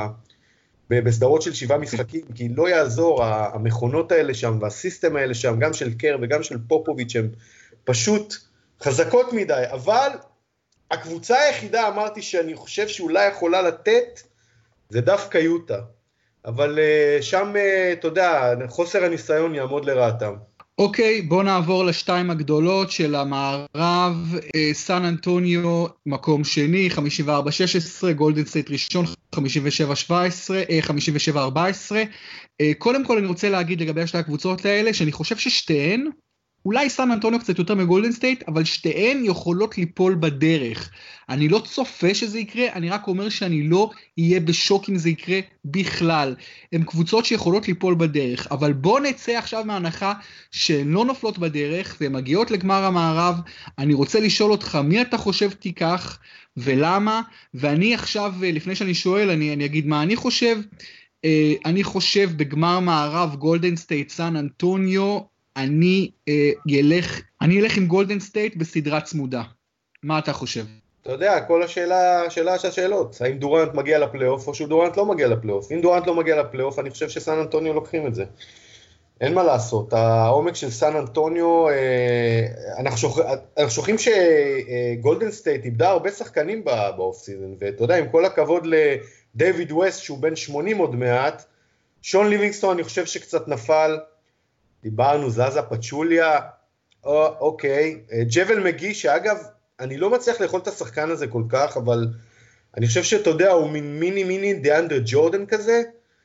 בסדרות של שבעה משחקים, כי לא יעזור, המכונות האלה שם, והסיסטם האלה שם, גם של קר וגם של פופוביץ', הם פשוט חזקות מדי, אבל הקבוצה היחידה, אמרתי שאני חושב שאולי יכולה לתת, זה דווקא יוטה, אבל שם, אתה יודע, חוסר הניסיון יעמוד לרעתם. אוקיי, בוא נעבור לשתיים הגדולות של המערב, סן אנטוניו מקום שני, חמישים וארבע שש עשרה, גולדן סטייט ראשון, חמישים ושבע שבע עשרה, חמישים ושבע ארבע עשרה. קודם כל אני רוצה להגיד לגבי שתי הקבוצות האלה, שאני חושב ששתיהן, אולי סן אנטוניו קצת יותר מגולדן סטייט, אבל שתיהן יכולות ליפול בדרך. אני לא צופה שזה יקרה, אני רק אומר שאני לא אהיה בשוק אם זה יקרה בכלל. הן קבוצות שיכולות ליפול בדרך, אבל בוא נצא עכשיו מההנחה שהן לא נופלות בדרך, והן מגיעות לגמר המערב. אני רוצה לשאול אותך, מי אתה חושב תיקח ולמה? ואני עכשיו, לפני שאני שואל, אני, אני אגיד מה אני חושב. אני חושב בגמר מערב גולדן סטייט סן אנטוניו, אני אה, ילך, אני אלך עם גולדן סטייט בסדרה צמודה. מה אתה חושב? אתה יודע, כל השאלה, השאלה של השאלות, האם דורנט מגיע לפלייאוף או שדורנט לא מגיע לפלייאוף. אם דורנט לא מגיע לפלייאוף, אני חושב שסן אנטוניו לוקחים את זה. אין מה לעשות, העומק של סן אנטוניו, אנחנו, שוכ... אנחנו שוכחים שגולדן סטייט איבדה הרבה שחקנים באוף סיזן, ואתה יודע, עם כל הכבוד לדייוויד ווסט, שהוא בן שמונים עוד מעט, שון ליבינגסטון אני חושב שקצת נפל, דיברנו, זזה פצ'וליה, או, אוקיי, ג'בל מגי, שאגב, אני לא מצליח לאכול את השחקן הזה כל כך, אבל אני חושב שאתה יודע, הוא מין מיני מיני דיאנדר ג'ורדן כזה,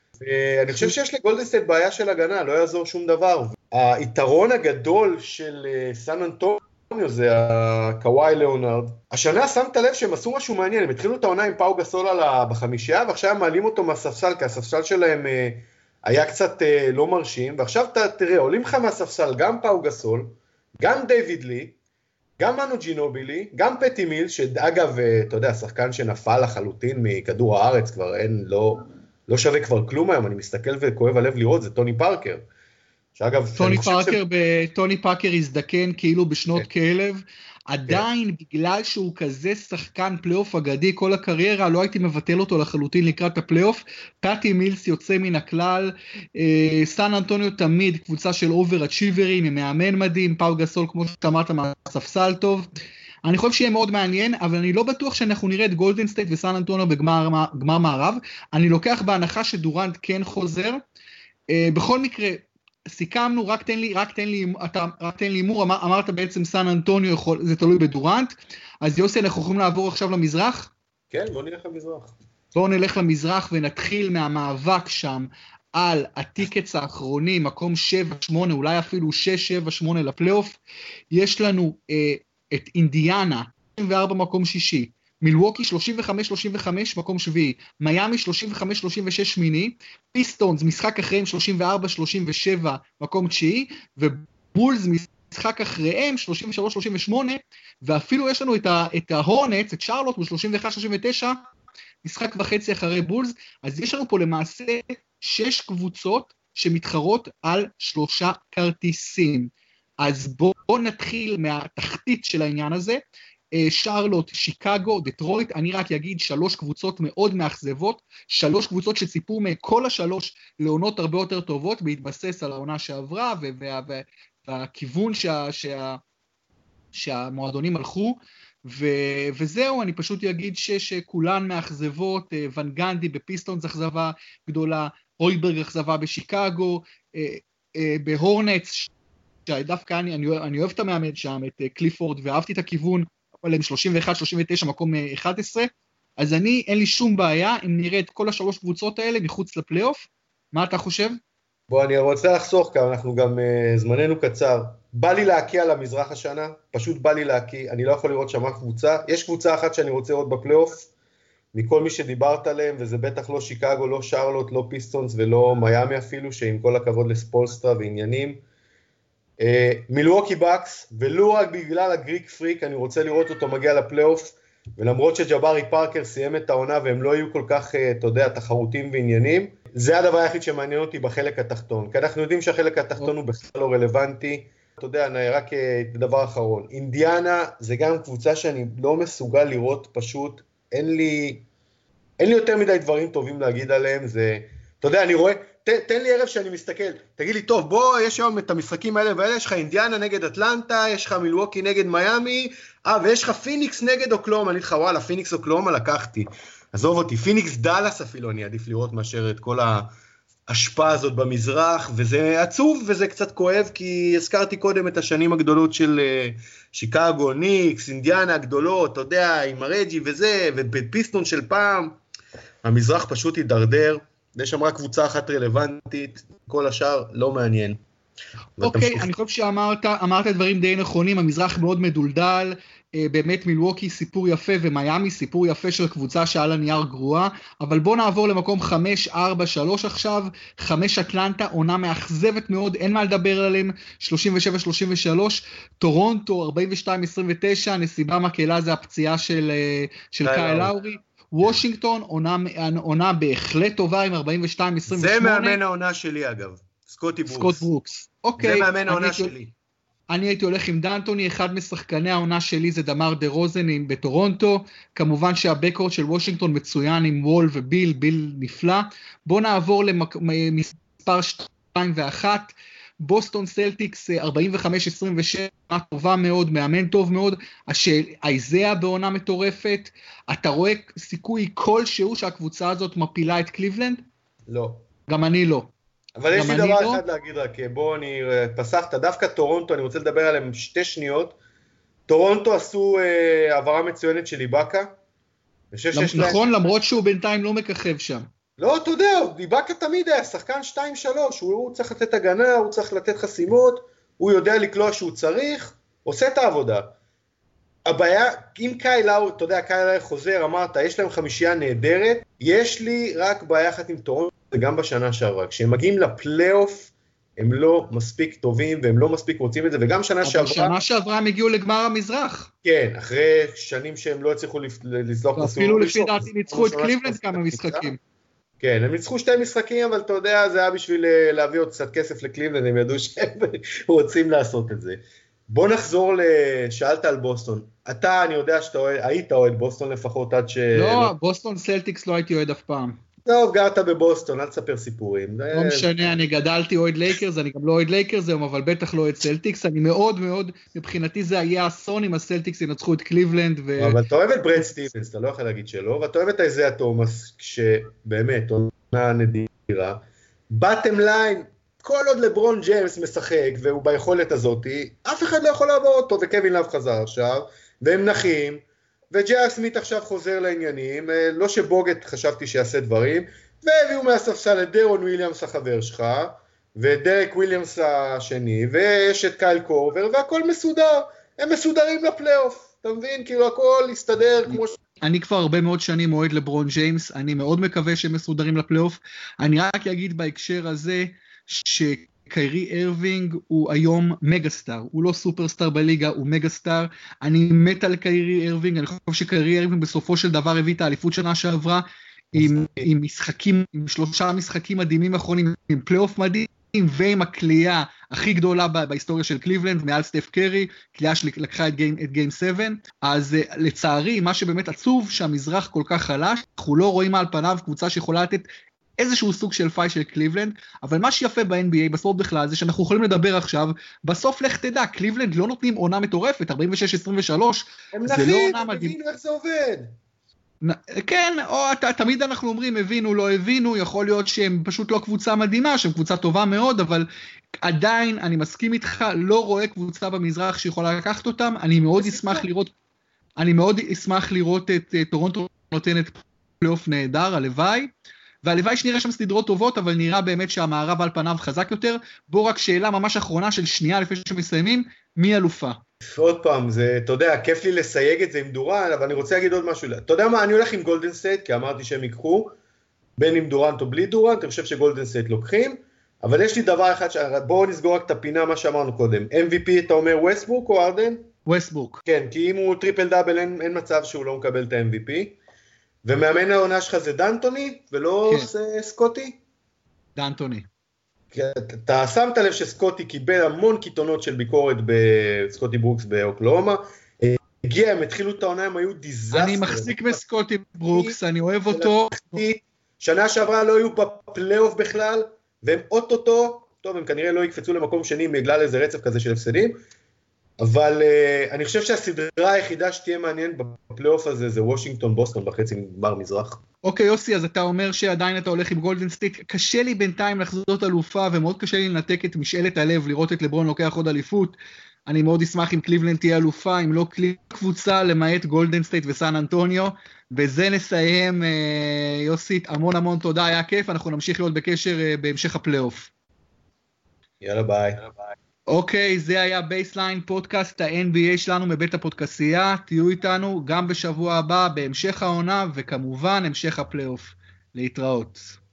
אני חושב שיש לגולדן סטייט בעיה של הגנה, לא יעזור שום דבר. היתרון הגדול של סן אנטוניו זה הקוואי ליאונרד. השנה שמת לב שהם עשו משהו מעניין, הם התחילו את העונה עם פאו גסול בחמישייה, ועכשיו הם מעלים אותו מהספסל, כי הספסל שלהם היה קצת לא מרשים, ועכשיו תראה, עולים לך מהספסל גם פאו גסול, גם דיוויד לי, גם מנו ג'ינובילי, גם פטי מיל, שאגב, אתה יודע, שחקן שנפל לחלוטין מכדור הארץ, כבר אין, לא... לא שווה כבר כלום היום, אני מסתכל וכואב הלב לראות, זה טוני פארקר. שאגב, טוני פארקר, ש... טוני פארקר הזדקן כאילו בשנות כן. כלב, עדיין כן. בגלל שהוא כזה שחקן פלייאוף אגדי כל הקריירה, לא הייתי מבטל אותו לחלוטין לקראת הפלייאוף, פטי מילס יוצא מן הכלל, אה, סן אנטוניו תמיד קבוצה של אובר אצ'יברים, עם מאמן מדהים, פאו גסול כמו שאמרת מהספסל טוב, אני חושב שיהיה מאוד מעניין, אבל אני לא בטוח שאנחנו נראה את גולדן סטייט וסן אנטוניו בגמר מערב, אני לוקח בהנחה שדורנט כן חוזר, בכל מקרה, סיכמנו, רק תן לי, רק תן לי, אתה, רק תן לי אימור, אמר, אמרת בעצם סן אנטוניו, יכול, זה תלוי בדורנט, אז יוסי, אנחנו יכולים לעבור עכשיו למזרח? כן, בוא נלך למזרח. בואו נלך למזרח ונתחיל מהמאבק שם, על הטיקטס האחרונים, מקום שבע שמונה, אולי אפילו שש שבע שמונה לפלייאוף, יש לנו אה, את אינדיאנה, שלושים וארבע מקום שישי, מילווקי שלושים וחמש שלושים וחמש מקום שביעי, מיאמי שלושים וחמש שלושים ושש שמיני, פיסטונס משחק אחריהם שלושים וארבע שלושים ושבע מקום תשיעי, ובולס משחק אחריהם שלושים ושלוש שלושים ושמונה, ואפילו יש לנו את, ה, את ההורנטס, את שרלוט ב-שלושים ואחת שלושים ותשע, משחק וחצי אחרי בולס, אז יש לנו פה למעשה שש קבוצות שמתחרות על שלושה כרטיסים. אז בואו נתחיל מהתחתית של העניין הזה, שרלוט, שיקגו, דטרויט, אני רק אגיד שלוש קבוצות מאוד מאכזבות, שלוש קבוצות שציפו מכל השלוש לעונות הרבה יותר טובות, בהתבסס על העונה שעברה, והכיוון שה, שה, שהמועדונים הלכו, ו- וזהו, אני פשוט אגיד שכולן מאכזבות, ון גנדי בפיסטונס אכזבה גדולה, הויברג אכזבה בשיקגו, בהורנטס, שדווקא אני, אני, אני אוהב את המאמן שם, את קליפורד, ואהבתי את הכיוון, אבל הם שלושים ואחת שלושים ותשע מקום אחת עשרה, אז אני, אין לי שום בעיה, אם נראה את כל השלוש קבוצות האלה מחוץ לפלייאוף, מה אתה חושב? בוא, אני רוצה לחסוך כאן, אנחנו גם, uh, זמננו קצר, בא לי להקיע על המזרח השנה, פשוט בא לי להקיע, אני לא יכול לראות שם קבוצה, יש קבוצה אחת שאני רוצה לראות בפלייאוף, מכל מי שדיברת עליהם, וזה בטח לא שיקגו, לא שרלוט, לא פיסטונס ולא מיאמי אפילו, שעם כל הכבוד לספולסטרה ועניינים, uh, מילווקי בקס, ולא רק בגלל הגריק פריק, אני רוצה לראות אותו מגיע לפלייאוף, ולמרות שג'בארי פארקר סיים את העונה, והם לא יהיו כל כך, אתה יודע, תחרותיים ועניינים, זה הדבר היחיד שמעניין אותי בחלק התחתון, כי אנחנו יודעים שהחלק התחתון הוא בכלל לא רלוונטי, אתה יודע, רק דבר אחרון, אינדיאנה זה גם קבוצה שאני לא מסוגל לראות פשוט, אין לי, אין לי יותר מדי דברים טובים להגיד עליהם, זה, אתה יודע, אני רואה, ת, תן לי ערב שאני מסתכל, תגיד לי, טוב, בוא, יש היום את המשחקים האלה ואלה, יש לך אינדיאנה נגד אטלנטה, יש לך מילווקי נגד מיאמי, אה, ויש לך פיניקס נגד אוקלאומה, אני לך, וואלה, פיניקס אוקלאומה לקחתי, עזוב אותי, פיניקס דלס אפילו, אני עדיף לראות מאשר את כל ההשפעה הזאת במזרח, וזה עצוב וזה קצת כואב, כי הזכרתי קודם את השנים הגדולות של שיקגו, ניקס, אינדיאנה הגדולות, אתה יודע, עם הרג'י וזה, ופיסטון של פעם, המזרח פשוט יידרדר, יש שם רק קבוצה אחת רלוונטית, כל השאר לא מעניין. אוקיי, אני חושב שאמרת, אמרת דברים די נכונים, המזרח מאוד מדולדל, באמת מילווקי סיפור יפה ומיאמי סיפור יפה של קבוצה שעל הנייר גרועה, אבל בוא נעבור למקום חמש ארבע שלוש עכשיו, חמש אטלנטה, עונה מאכזבת מאוד, אין מה לדבר עליהם, שלושים ושבע שלושים ושלוש, טורונטו ארבעים ושתיים עשרים ותשע, נסיבה מקהלה זה הפציעה של, של קאי לאורי, וושינגטון, עונה, עונה בהחלט טובה עם ארבעים ושתיים עשרים ושמונה. זה מאמן העונה שלי אגב, סקוטי ברוקס. סקוט ברוקס. אוקיי. זה מאמן העונה שלי. אני הייתי הולך עם דנטוני, אחד משחקני העונה שלי זה דמר דה רוזן בטורונטו, כמובן שהבקורד של וושינגטון מצוין עם וול וביל, ביל נפלא. בוא נעבור למספר שתיים ואחת, בוסטון סלטיקס ארבעים וחמש עשרים ושבע, טובה מאוד, מאמן טוב מאוד, האיזיה בעונה מטורפת, אתה רואה סיכוי כלשהו שהקבוצה הזאת מפילה את קליבלנד? לא. גם אני לא. אבל יש לי דבר לא... אחד להגיד רק, בוא אני פסחת, דווקא טורונטו, אני רוצה לדבר עליהם שתי שניות, טורונטו עשו אה, העברה מצוינת של איבאקה, נכון, להם... למרות שהוא בינתיים לא מככב שם. לא, אתה יודע, איבאקה תמיד היה שחקן שתיים שלוש, הוא, הוא צריך לתת הגנה, הוא צריך לתת חסימות, הוא יודע לקלוע שהוא צריך, עושה את העבודה. הבעיה, אם קאי לאו, אתה יודע, קאי לאו חוזר, אמרת, יש להם חמישייה נהדרת, יש לי רק בעיה אחת עם טורונטו, וגם בשנה שעברה, כשהם מגיעים לפלייאוף, הם לא מספיק טובים, והם לא מספיק רוצים את זה, וגם שנה שעברה... אבל שנה שעברה הם הגיעו לגמר המזרח. כן, אחרי שנים שהם לא הצליחו לסלוח את אפילו לפי דעתי ניצחו את קליבלנד כמה משחקים. כן, הם ניצחו שתי משחקים, אבל אתה יודע, זה היה בשביל להביא עוד קצת כסף לקליבלנד, הם ידעו שהם רוצים לעשות את זה. בוא נחזור לשאלת על בוסטון. אתה, אני יודע שאתה אוהד, היית אוהד בוסטון לפחות עד ש... לא, בוסטון סלטיקס לא הייתי אוהד אף פעם. טוב, גרת בבוסטון, אל תספר סיפורים. לא משנה, אני גדלתי אוהד לייקרס, אני גם לא אוהד לייקרס היום, אבל בטח לא אוהד סלטיקס, אני מאוד מאוד, מבחינתי זה היה אסון אם הסלטיקס ינצחו את קליבלנד. ו... אבל אתה אוהב את ברד סטיבנס, אתה לא יכול להגיד שלא, ואתה אוהב את איזיה תומאס, כשבאמת, עונה נדירה. בטם ליין, כל עוד לברון ג'יימס משחק, והוא ביכולת הזאת, אף אחד לא יכול לעבור אותו, וקווין לב חזר עכשיו, והם נחים, וג'ייר סמית עכשיו חוזר לעניינים, לא שבוגט חשבתי שיעשה דברים, והביאו מהספסל את דרון וויליאמס החבר שלך, ודרק וויליאמס השני, ויש את קייל קורבר, והכל מסודר, הם מסודרים לפלייאוף, אתה מבין? כאילו הכל יסתדר כמו ש... אני כבר הרבה מאוד שנים אוהד לברון ג'יימס, אני מאוד מקווה שהם מסודרים לפלייאוף, אני רק אגיד בהקשר הזה, ש... קיירי ארווינג הוא היום מגה-סטאר, הוא לא סופר-סטאר בליגה, הוא מגה-סטאר, אני מת על קיירי ארווינג, אני חושב שקיירי ארווינג בסופו של דבר הביא את האליפות שנה שעברה, עם, עם משחקים, עם שלושה משחקים מדהימים אחרונים, עם פלייאוף מדהים, ועם הקליעה הכי גדולה בהיסטוריה של קליבלנד, מעל סטף קרי, קליעה שלקחה את גיים, את גיים שבע, אז לצערי, מה שבאמת עצוב, שהמזרח כל כך חלש, אנחנו לא רואים על פניו קבוצה שיכולה לתת איזשהו סוג של פייט של קליבלנד, אבל מה שיפה ב-אן בי איי בספורט בכלל זה שאנחנו יכולים לדבר עכשיו, בסוף לך תדע, קליבלנד לא נותנים עונה מטורפת, ארבעים ושש עשרים ושלוש, זה לא עונה מדהים. הם הבינו איך זה עובד. כן, או תמיד אנחנו אומרים, הבינו, לא הבינו, יכול להיות שהם פשוט לא קבוצה מדהימה, שהם קבוצה טובה מאוד, אבל עדיין, אני מסכים איתך, לא רואה קבוצה במזרח שיכולה לקחת אותם, אני מאוד אשמח לראות, אני מאוד אשמח לראות את טורונטו נותנת פלייאוף נהדר, הלוואי, והלוואי שנראה שם סדרות טובות, אבל נראה באמת שהמערב על פניו חזק יותר. בוא רק שאלה ממש אחרונה של שנייה לפני שמסיימים, מי אלופה? עוד פעם, זה, אתה יודע, כיף לי לסייג את זה עם דורנט, אבל אני רוצה להגיד עוד משהו. אתה יודע מה, אני הולך עם גולדן סטייט, כי אמרתי שהם ייקחו, בין עם דורנט או בלי דורנט, אני חושב שגולדן סטייט לוקחים, אבל יש לי דבר אחד, ש... בואו נסגור רק את הפינה, מה שאמרנו קודם. אם וי פי אתה אומר ווסטברוק או ארדן? ווסטברוק. כן, כי אם הוא טריפל דאבל, אין, אין מצב שהוא לא מקבל את ה-אם וי פי. ומאמן העונה שלך זה דנטוני, ולא כן. סקוטי? דנטוני. אתה שמת לב שסקוטי קיבל המון קיתונות של ביקורת בסקוטי ברוקס באוקלאומה, הגיע, הם התחילו את העונה, הם היו דיזסטר. אני מחזיק בסקוטי ברוקס, אני אוהב אותו. שנה שעברה לא היו בפלייאוף בכלל, והם אוטוטו, טוב, הם כנראה לא יקפצו למקום שני, בגלל איזה רצף כזה של הפסדים, אבל uh, אני חושב שהסדרה היחידה שתהיה מעניין בפלייאוף הזה זה וושינגטון בוסטון בחצי גמר מזרח. אוקיי יוסי, אז אתה אומר שעדיין אתה הולך עם גולדן סטייט, קשה לי בינתיים לחזות אלופה ומאוד קשה לי לנתק את משאלת הלב, לראות את לברון לוקח עוד אליפות, אני מאוד אשמח אם קליבלנד תהיה אלופה, אם לא קבוצה למעט גולדן סטייט וסן אנטוניו, בזה נסיים uh, יוסי, המון המון תודה, היה כיף, אנחנו נמשיך להיות בקשר uh, בהמשך הפלייאוף. יאללה ביי. אוקיי, זה היה בייסליין פודקאסט ה-אן בי איי שלנו מבית הפודקאסייה, תהיו איתנו גם בשבוע הבא בהמשך העונה וכמובן המשך הפלייאוף. להתראות.